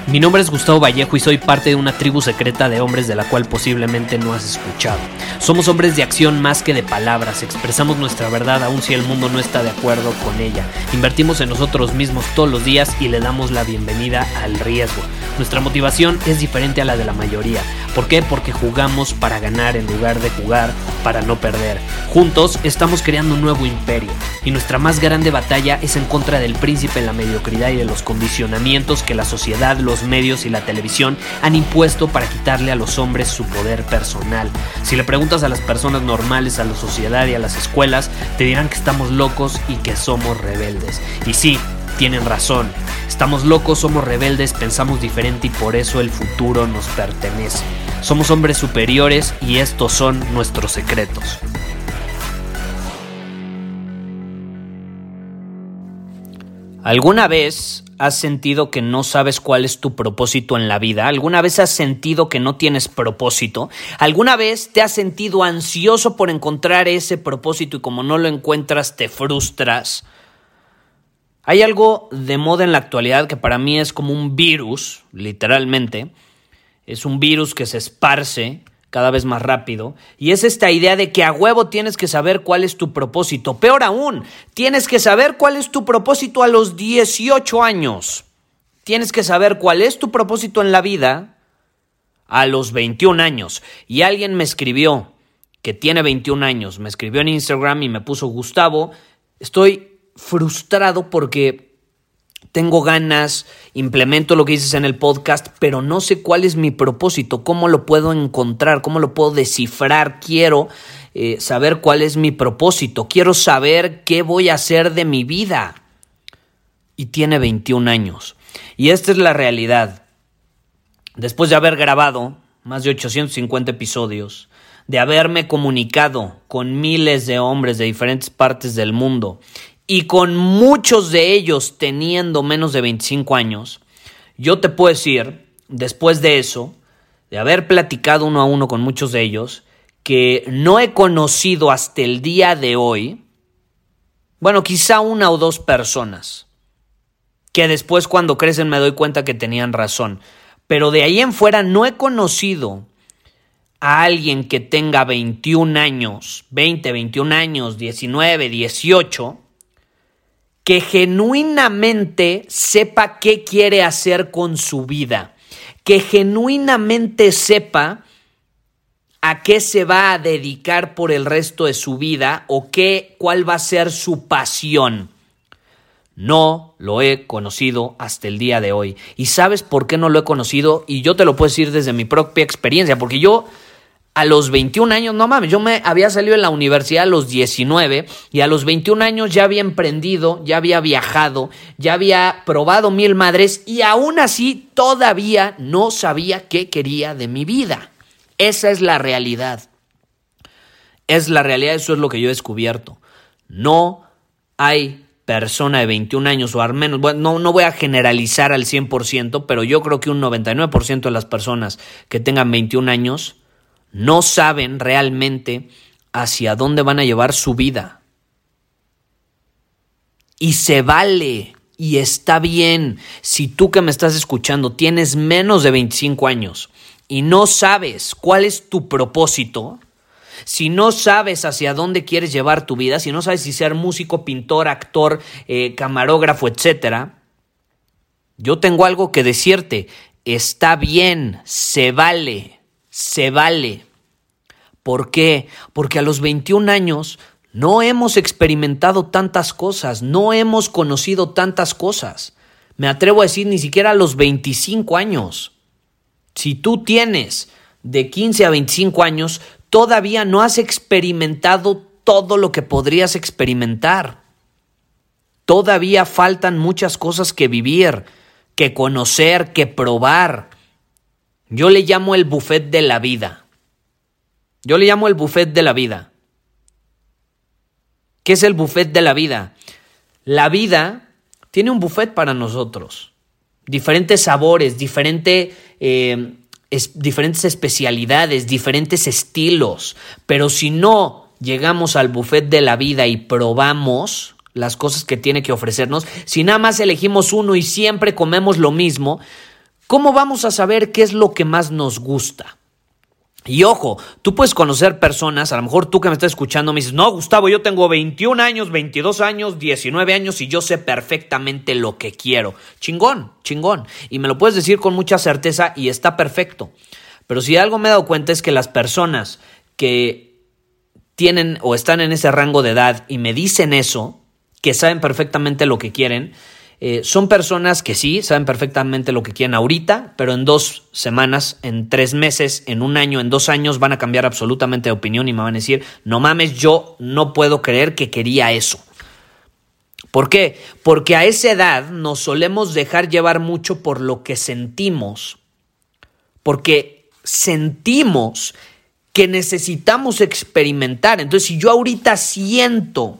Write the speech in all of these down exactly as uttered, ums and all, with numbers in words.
Mi nombre es Gustavo Vallejo y soy parte de una tribu secreta de hombres de la cual posiblemente no has escuchado. Somos hombres de acción más que de palabras, expresamos nuestra verdad aun si el mundo no está de acuerdo con ella. Invertimos en nosotros mismos todos los días y le damos la bienvenida al riesgo. Nuestra motivación es diferente a la de la mayoría. ¿Por qué? Porque jugamos para ganar en lugar de jugar para no perder. Juntos estamos creando un nuevo imperio y nuestra más grande batalla es en contra del príncipe en la mediocridad y de los condicionamientos que la sociedad, los medios y la televisión han impuesto para quitarle a los hombres su poder personal. Si le preguntas a las personas normales, a la sociedad y a las escuelas, te dirán que estamos locos y que somos rebeldes. Y sí, tienen razón. Estamos locos, somos rebeldes, pensamos diferente y por eso el futuro nos pertenece. Somos hombres superiores y estos son nuestros secretos. ¿Alguna vez has sentido que no sabes cuál es tu propósito en la vida? ¿Alguna vez has sentido que no tienes propósito? ¿Alguna vez te has sentido ansioso por encontrar ese propósito y como no lo encuentras te frustras? Hay algo de moda en la actualidad que para mí es como un virus, literalmente. Es un virus que se esparce cada vez más rápido, y es esta idea de que a huevo tienes que saber cuál es tu propósito. Peor aún, tienes que saber cuál es tu propósito a los dieciocho años. Tienes que saber cuál es tu propósito en la vida a los veintiún años. Y alguien me escribió que tiene veintiún años, me escribió en Instagram y me puso: Gustavo, estoy frustrado porque tengo ganas, implemento lo que dices en el podcast, pero no sé cuál es mi propósito, cómo lo puedo encontrar, cómo lo puedo descifrar. Quiero eh, saber cuál es mi propósito, quiero saber qué voy a hacer de mi vida. Y tiene veintiún años. Y esta es la realidad. Después de haber grabado más de ochocientos cincuenta episodios, de haberme comunicado con miles de hombres de diferentes partes del mundo, y con muchos de ellos teniendo menos de veinticinco años, yo te puedo decir, después de eso, de haber platicado uno a uno con muchos de ellos, que no he conocido hasta el día de hoy, bueno, quizá una o dos personas, que después cuando crecen me doy cuenta que tenían razón, pero de ahí en fuera no he conocido a alguien que tenga veintiún años, veinte, veintiún años, diecinueve, dieciocho, que genuinamente sepa qué quiere hacer con su vida, que genuinamente sepa a qué se va a dedicar por el resto de su vida o qué, cuál va a ser su pasión. No lo he conocido hasta el día de hoy. ¿Y sabes por qué no lo he conocido? Y yo te lo puedo decir desde mi propia experiencia, porque yo a los veintiún años, no mames, yo me había salido en la universidad a los diecinueve y a los veintiún años ya había emprendido, ya había viajado, ya había probado mil madres y aún así todavía no sabía qué quería de mi vida. Esa es la realidad. Es la realidad, eso es lo que yo he descubierto. No hay persona de veintiún años o al menos, bueno, no, no voy a generalizar al cien por ciento, pero yo creo que un noventa y nueve por ciento de las personas que tengan veintiún años no saben realmente hacia dónde van a llevar su vida. Y se vale y está bien. Si tú que me estás escuchando tienes menos de veinticinco años y no sabes cuál es tu propósito, si no sabes hacia dónde quieres llevar tu vida, si no sabes si ser músico, pintor, actor, eh, camarógrafo, etcétera, yo tengo algo que decirte. Está bien, se vale. Se vale. ¿Por qué? Porque a los veintiún años no hemos experimentado tantas cosas, no hemos conocido tantas cosas. Me atrevo a decir ni siquiera a los veinticinco años. Si tú tienes de quince a veinticinco años, todavía no has experimentado todo lo que podrías experimentar. Todavía faltan muchas cosas que vivir, que conocer, que probar. Yo le llamo el buffet de la vida. Yo le llamo el buffet de la vida. ¿Qué es el buffet de la vida? La vida tiene un buffet para nosotros. Diferentes sabores, diferente, eh, es, diferentes especialidades, diferentes estilos. Pero si no llegamos al buffet de la vida y probamos las cosas que tiene que ofrecernos, si nada más elegimos uno y siempre comemos lo mismo, ¿Cómo vamos a saber qué es lo que más nos gusta? Y ojo, tú puedes conocer personas, a lo mejor tú que me estás escuchando me dices, no, Gustavo, yo tengo veintiún años, veintidós años, diecinueve años y yo sé perfectamente lo que quiero. Chingón, chingón. Y me lo puedes decir con mucha certeza y está perfecto. Pero si algo me he dado cuenta es que las personas que tienen o están en ese rango de edad y me dicen eso, que saben perfectamente lo que quieren, Eh, son personas que sí, saben perfectamente lo que quieren ahorita, pero en dos semanas, en tres meses, en un año, en dos años van a cambiar absolutamente de opinión y me van a decir, no mames, yo no puedo creer que quería eso. ¿Por qué? Porque a esa edad nos solemos dejar llevar mucho por lo que sentimos, porque sentimos que necesitamos experimentar. Entonces, si yo ahorita siento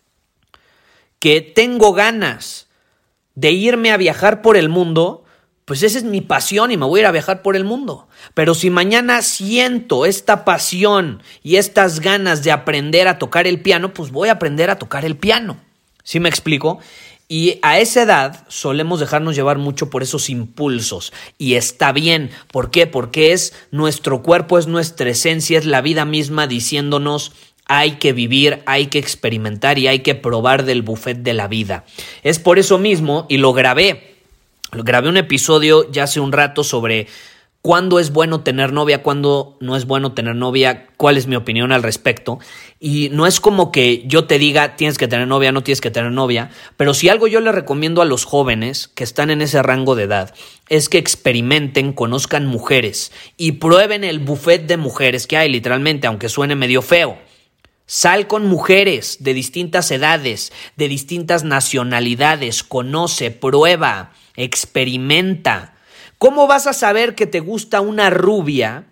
que tengo ganas de irme a viajar por el mundo, pues esa es mi pasión y me voy a ir a viajar por el mundo. Pero si mañana siento esta pasión y estas ganas de aprender a tocar el piano, pues voy a aprender a tocar el piano. ¿Sí me explico? Y a esa edad solemos dejarnos llevar mucho por esos impulsos. Y está bien. ¿Por qué? Porque es nuestro cuerpo, es nuestra esencia, es la vida misma diciéndonos: hay que vivir, hay que experimentar y hay que probar del buffet de la vida. Es por eso mismo, y lo grabé, lo grabé un episodio ya hace un rato sobre cuándo es bueno tener novia, cuándo no es bueno tener novia, cuál es mi opinión al respecto. Y no es como que yo te diga tienes que tener novia, no tienes que tener novia, pero si algo yo le recomiendo a los jóvenes que están en ese rango de edad es que experimenten, conozcan mujeres y prueben el buffet de mujeres que hay, literalmente, aunque suene medio feo. Sal con mujeres de distintas edades, de distintas nacionalidades, conoce, prueba, experimenta. ¿Cómo vas a saber que te gusta una rubia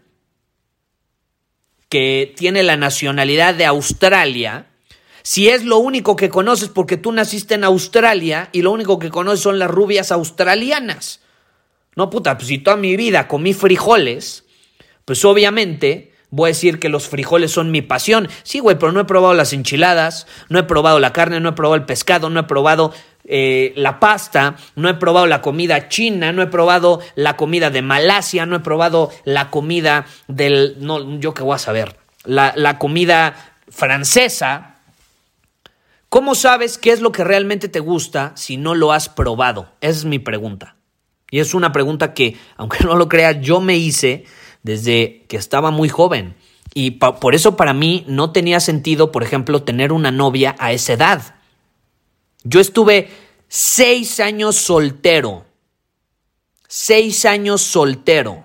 que tiene la nacionalidad de Australia si es lo único que conoces porque tú naciste en Australia y lo único que conoces son las rubias australianas? No, puta, pues si toda mi vida comí frijoles, pues obviamente voy a decir que los frijoles son mi pasión. Sí, güey, pero no he probado las enchiladas, no he probado la carne, no he probado el pescado, no he probado eh, la pasta, no he probado la comida china, no he probado la comida de Malasia, no he probado la comida del... No, yo qué voy a saber. La, la comida francesa. ¿Cómo sabes qué es lo que realmente te gusta si no lo has probado? Esa es mi pregunta. Y es una pregunta que, aunque no lo creas, yo me hice desde que estaba muy joven. Y pa- por eso para mí no tenía sentido, por ejemplo, tener una novia a esa edad. Yo estuve seis años soltero. Seis años soltero.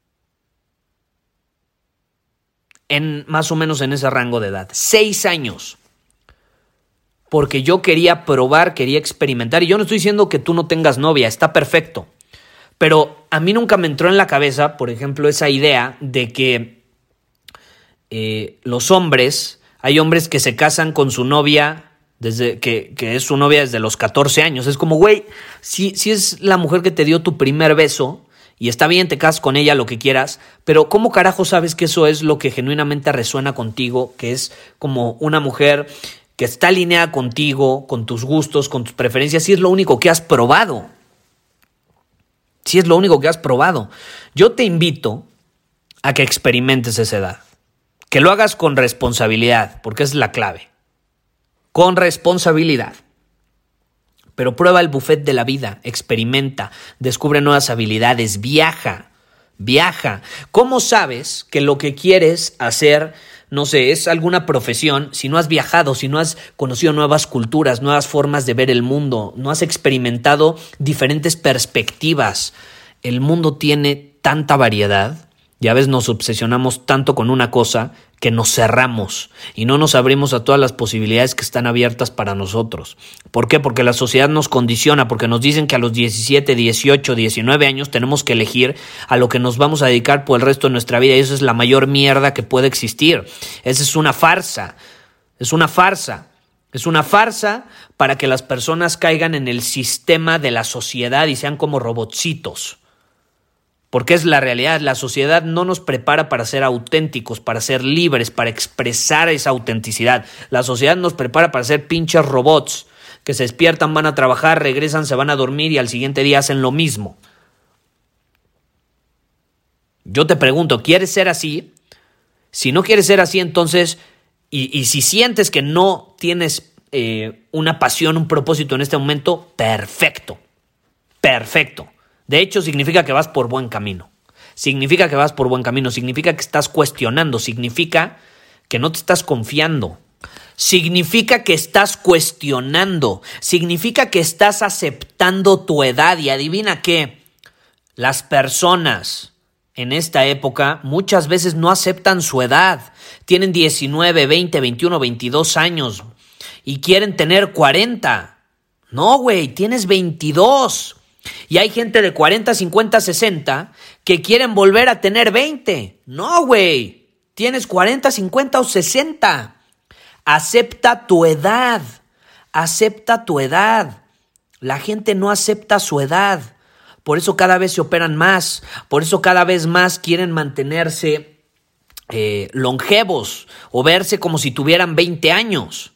En, más o menos en ese rango de edad. Seis años. Porque yo quería probar, quería experimentar. Y yo no estoy diciendo que tú no tengas novia, está perfecto. Pero a mí nunca me entró en la cabeza, por ejemplo, esa idea de que eh, los hombres, hay hombres que se casan con su novia, desde que, que es su novia desde los catorce años. Es como, güey, si, si es la mujer que te dio tu primer beso, y está bien, te casas con ella, lo que quieras, pero ¿cómo carajo sabes que eso es lo que genuinamente resuena contigo? Que es como una mujer que está alineada contigo, con tus gustos, con tus preferencias, si es lo único que has probado. Si es lo único que has probado. Yo te invito a que experimentes esa edad. Que lo hagas con responsabilidad, porque esa es la clave. Con responsabilidad. Pero prueba el buffet de la vida, experimenta, descubre nuevas habilidades, viaja, viaja. ¿Cómo sabes que lo que quieres hacer, no sé, es alguna profesión si no has viajado, si no has conocido nuevas culturas, nuevas formas de ver el mundo, no has experimentado diferentes perspectivas? El mundo tiene tanta variedad y a veces nos obsesionamos tanto con una cosa que nos cerramos y no nos abrimos a todas las posibilidades que están abiertas para nosotros. ¿Por qué? Porque la sociedad nos condiciona, porque nos dicen que a los diecisiete, dieciocho, diecinueve años tenemos que elegir a lo que nos vamos a dedicar por el resto de nuestra vida y eso es la mayor mierda que puede existir. Esa es una farsa, es una farsa. Es una farsa para que las personas caigan en el sistema de la sociedad y sean como robotcitos. Porque es la realidad, la sociedad no nos prepara para ser auténticos, para ser libres, para expresar esa autenticidad. La sociedad nos prepara para ser pinches robots que se despiertan, van a trabajar, regresan, se van a dormir y al siguiente día hacen lo mismo. Yo te pregunto, ¿quieres ser así? Si no quieres ser así, entonces, y, y si sientes que no tienes eh, una pasión, un propósito en este momento, perfecto, perfecto. De hecho, significa que vas por buen camino. Significa que vas por buen camino, significa que estás cuestionando, significa que no te estás confiando. Significa que estás cuestionando, significa que estás aceptando tu edad. Y adivina qué, las personas en esta época muchas veces no aceptan su edad. Tienen diecinueve, veinte, veintiuno, veintidós años y quieren tener cuarenta. No, güey, tienes veintidós. Y hay gente de cuarenta, cincuenta, sesenta que quieren volver a tener veinte. No, güey, tienes cuarenta, cincuenta o sesenta. Acepta tu edad, acepta tu edad. La gente no acepta su edad. Por eso cada vez se operan más, por eso cada vez más quieren mantenerse eh, longevos o verse como si tuvieran veinte años.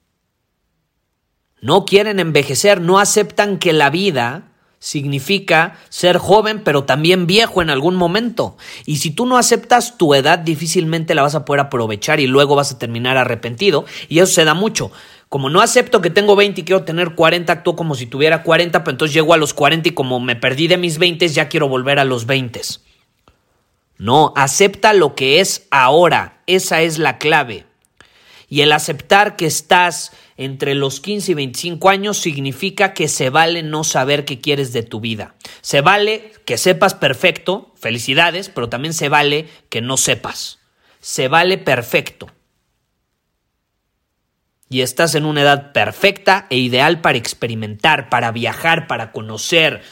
No quieren envejecer, no aceptan que la vida significa ser joven pero también viejo en algún momento. Y si tú no aceptas tu edad, difícilmente la vas a poder aprovechar y luego vas a terminar arrepentido. Y eso se da mucho. Como no acepto que tengo veinte y quiero tener cuarenta, actúo como si tuviera cuarenta, pero entonces llego a los cuarenta y como me perdí de mis veinte, ya quiero volver a los veinte. No, acepta lo que es ahora. Esa es la clave. Y el aceptar que estás entre los quince y veinticinco años significa que se vale no saber qué quieres de tu vida. Se vale que sepas perfecto, felicidades, pero también se vale que no sepas. Se vale perfecto. Y estás en una edad perfecta e ideal para experimentar, para viajar, para conocer,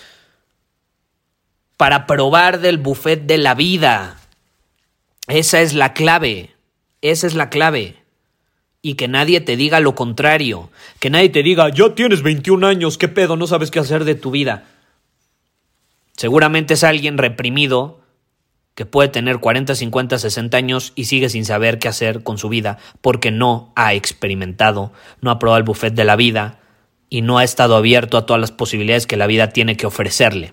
para probar del buffet de la vida. Esa es la clave. Esa es la clave. Y que nadie te diga lo contrario. Que nadie te diga, ya tienes veintiún años, ¿qué pedo? No sabes qué hacer de tu vida. Seguramente es alguien reprimido que puede tener cuarenta, cincuenta, sesenta años y sigue sin saber qué hacer con su vida porque no ha experimentado, no ha probado el buffet de la vida y no ha estado abierto a todas las posibilidades que la vida tiene que ofrecerle.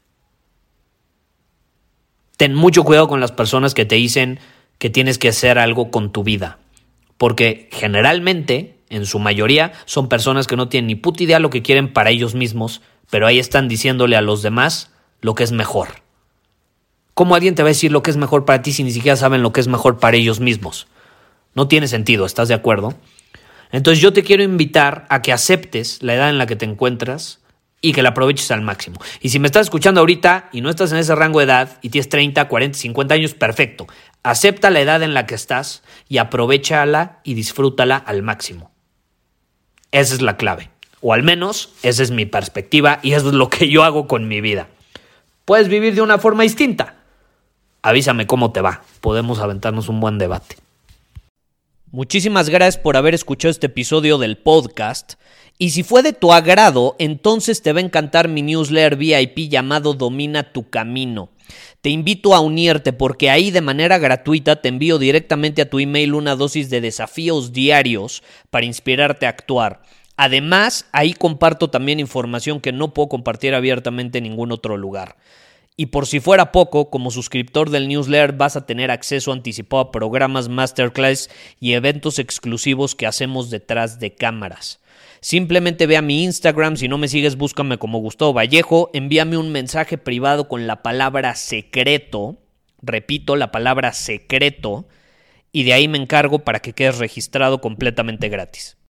Ten mucho cuidado con las personas que te dicen que tienes que hacer algo con tu vida. Porque generalmente, en su mayoría, son personas que no tienen ni puta idea lo que quieren para ellos mismos, pero ahí están diciéndole a los demás lo que es mejor. ¿Cómo alguien te va a decir lo que es mejor para ti si ni siquiera saben lo que es mejor para ellos mismos? No tiene sentido, ¿estás de acuerdo? Entonces yo te quiero invitar a que aceptes la edad en la que te encuentras y que la aproveches al máximo. Y si me estás escuchando ahorita y no estás en ese rango de edad y tienes treinta, cuarenta, cincuenta años, perfecto. Acepta la edad en la que estás y aprovéchala y disfrútala al máximo. Esa es la clave. O al menos esa es mi perspectiva y eso es lo que yo hago con mi vida. Puedes vivir de una forma distinta. Avísame cómo te va. Podemos aventarnos un buen debate. Muchísimas gracias por haber escuchado este episodio del podcast. Y si fue de tu agrado, entonces te va a encantar mi newsletter V I P llamado Domina tu Camino. Te invito a unirte porque ahí de manera gratuita te envío directamente a tu email una dosis de desafíos diarios para inspirarte a actuar. Además, ahí comparto también información que no puedo compartir abiertamente en ningún otro lugar. Y por si fuera poco, como suscriptor del newsletter vas a tener acceso anticipado a programas, masterclass y eventos exclusivos que hacemos detrás de cámaras. Simplemente ve a mi Instagram, si no me sigues búscame como Gustavo Vallejo, envíame un mensaje privado con la palabra secreto, repito, la palabra secreto, y de ahí me encargo para que quedes registrado completamente gratis.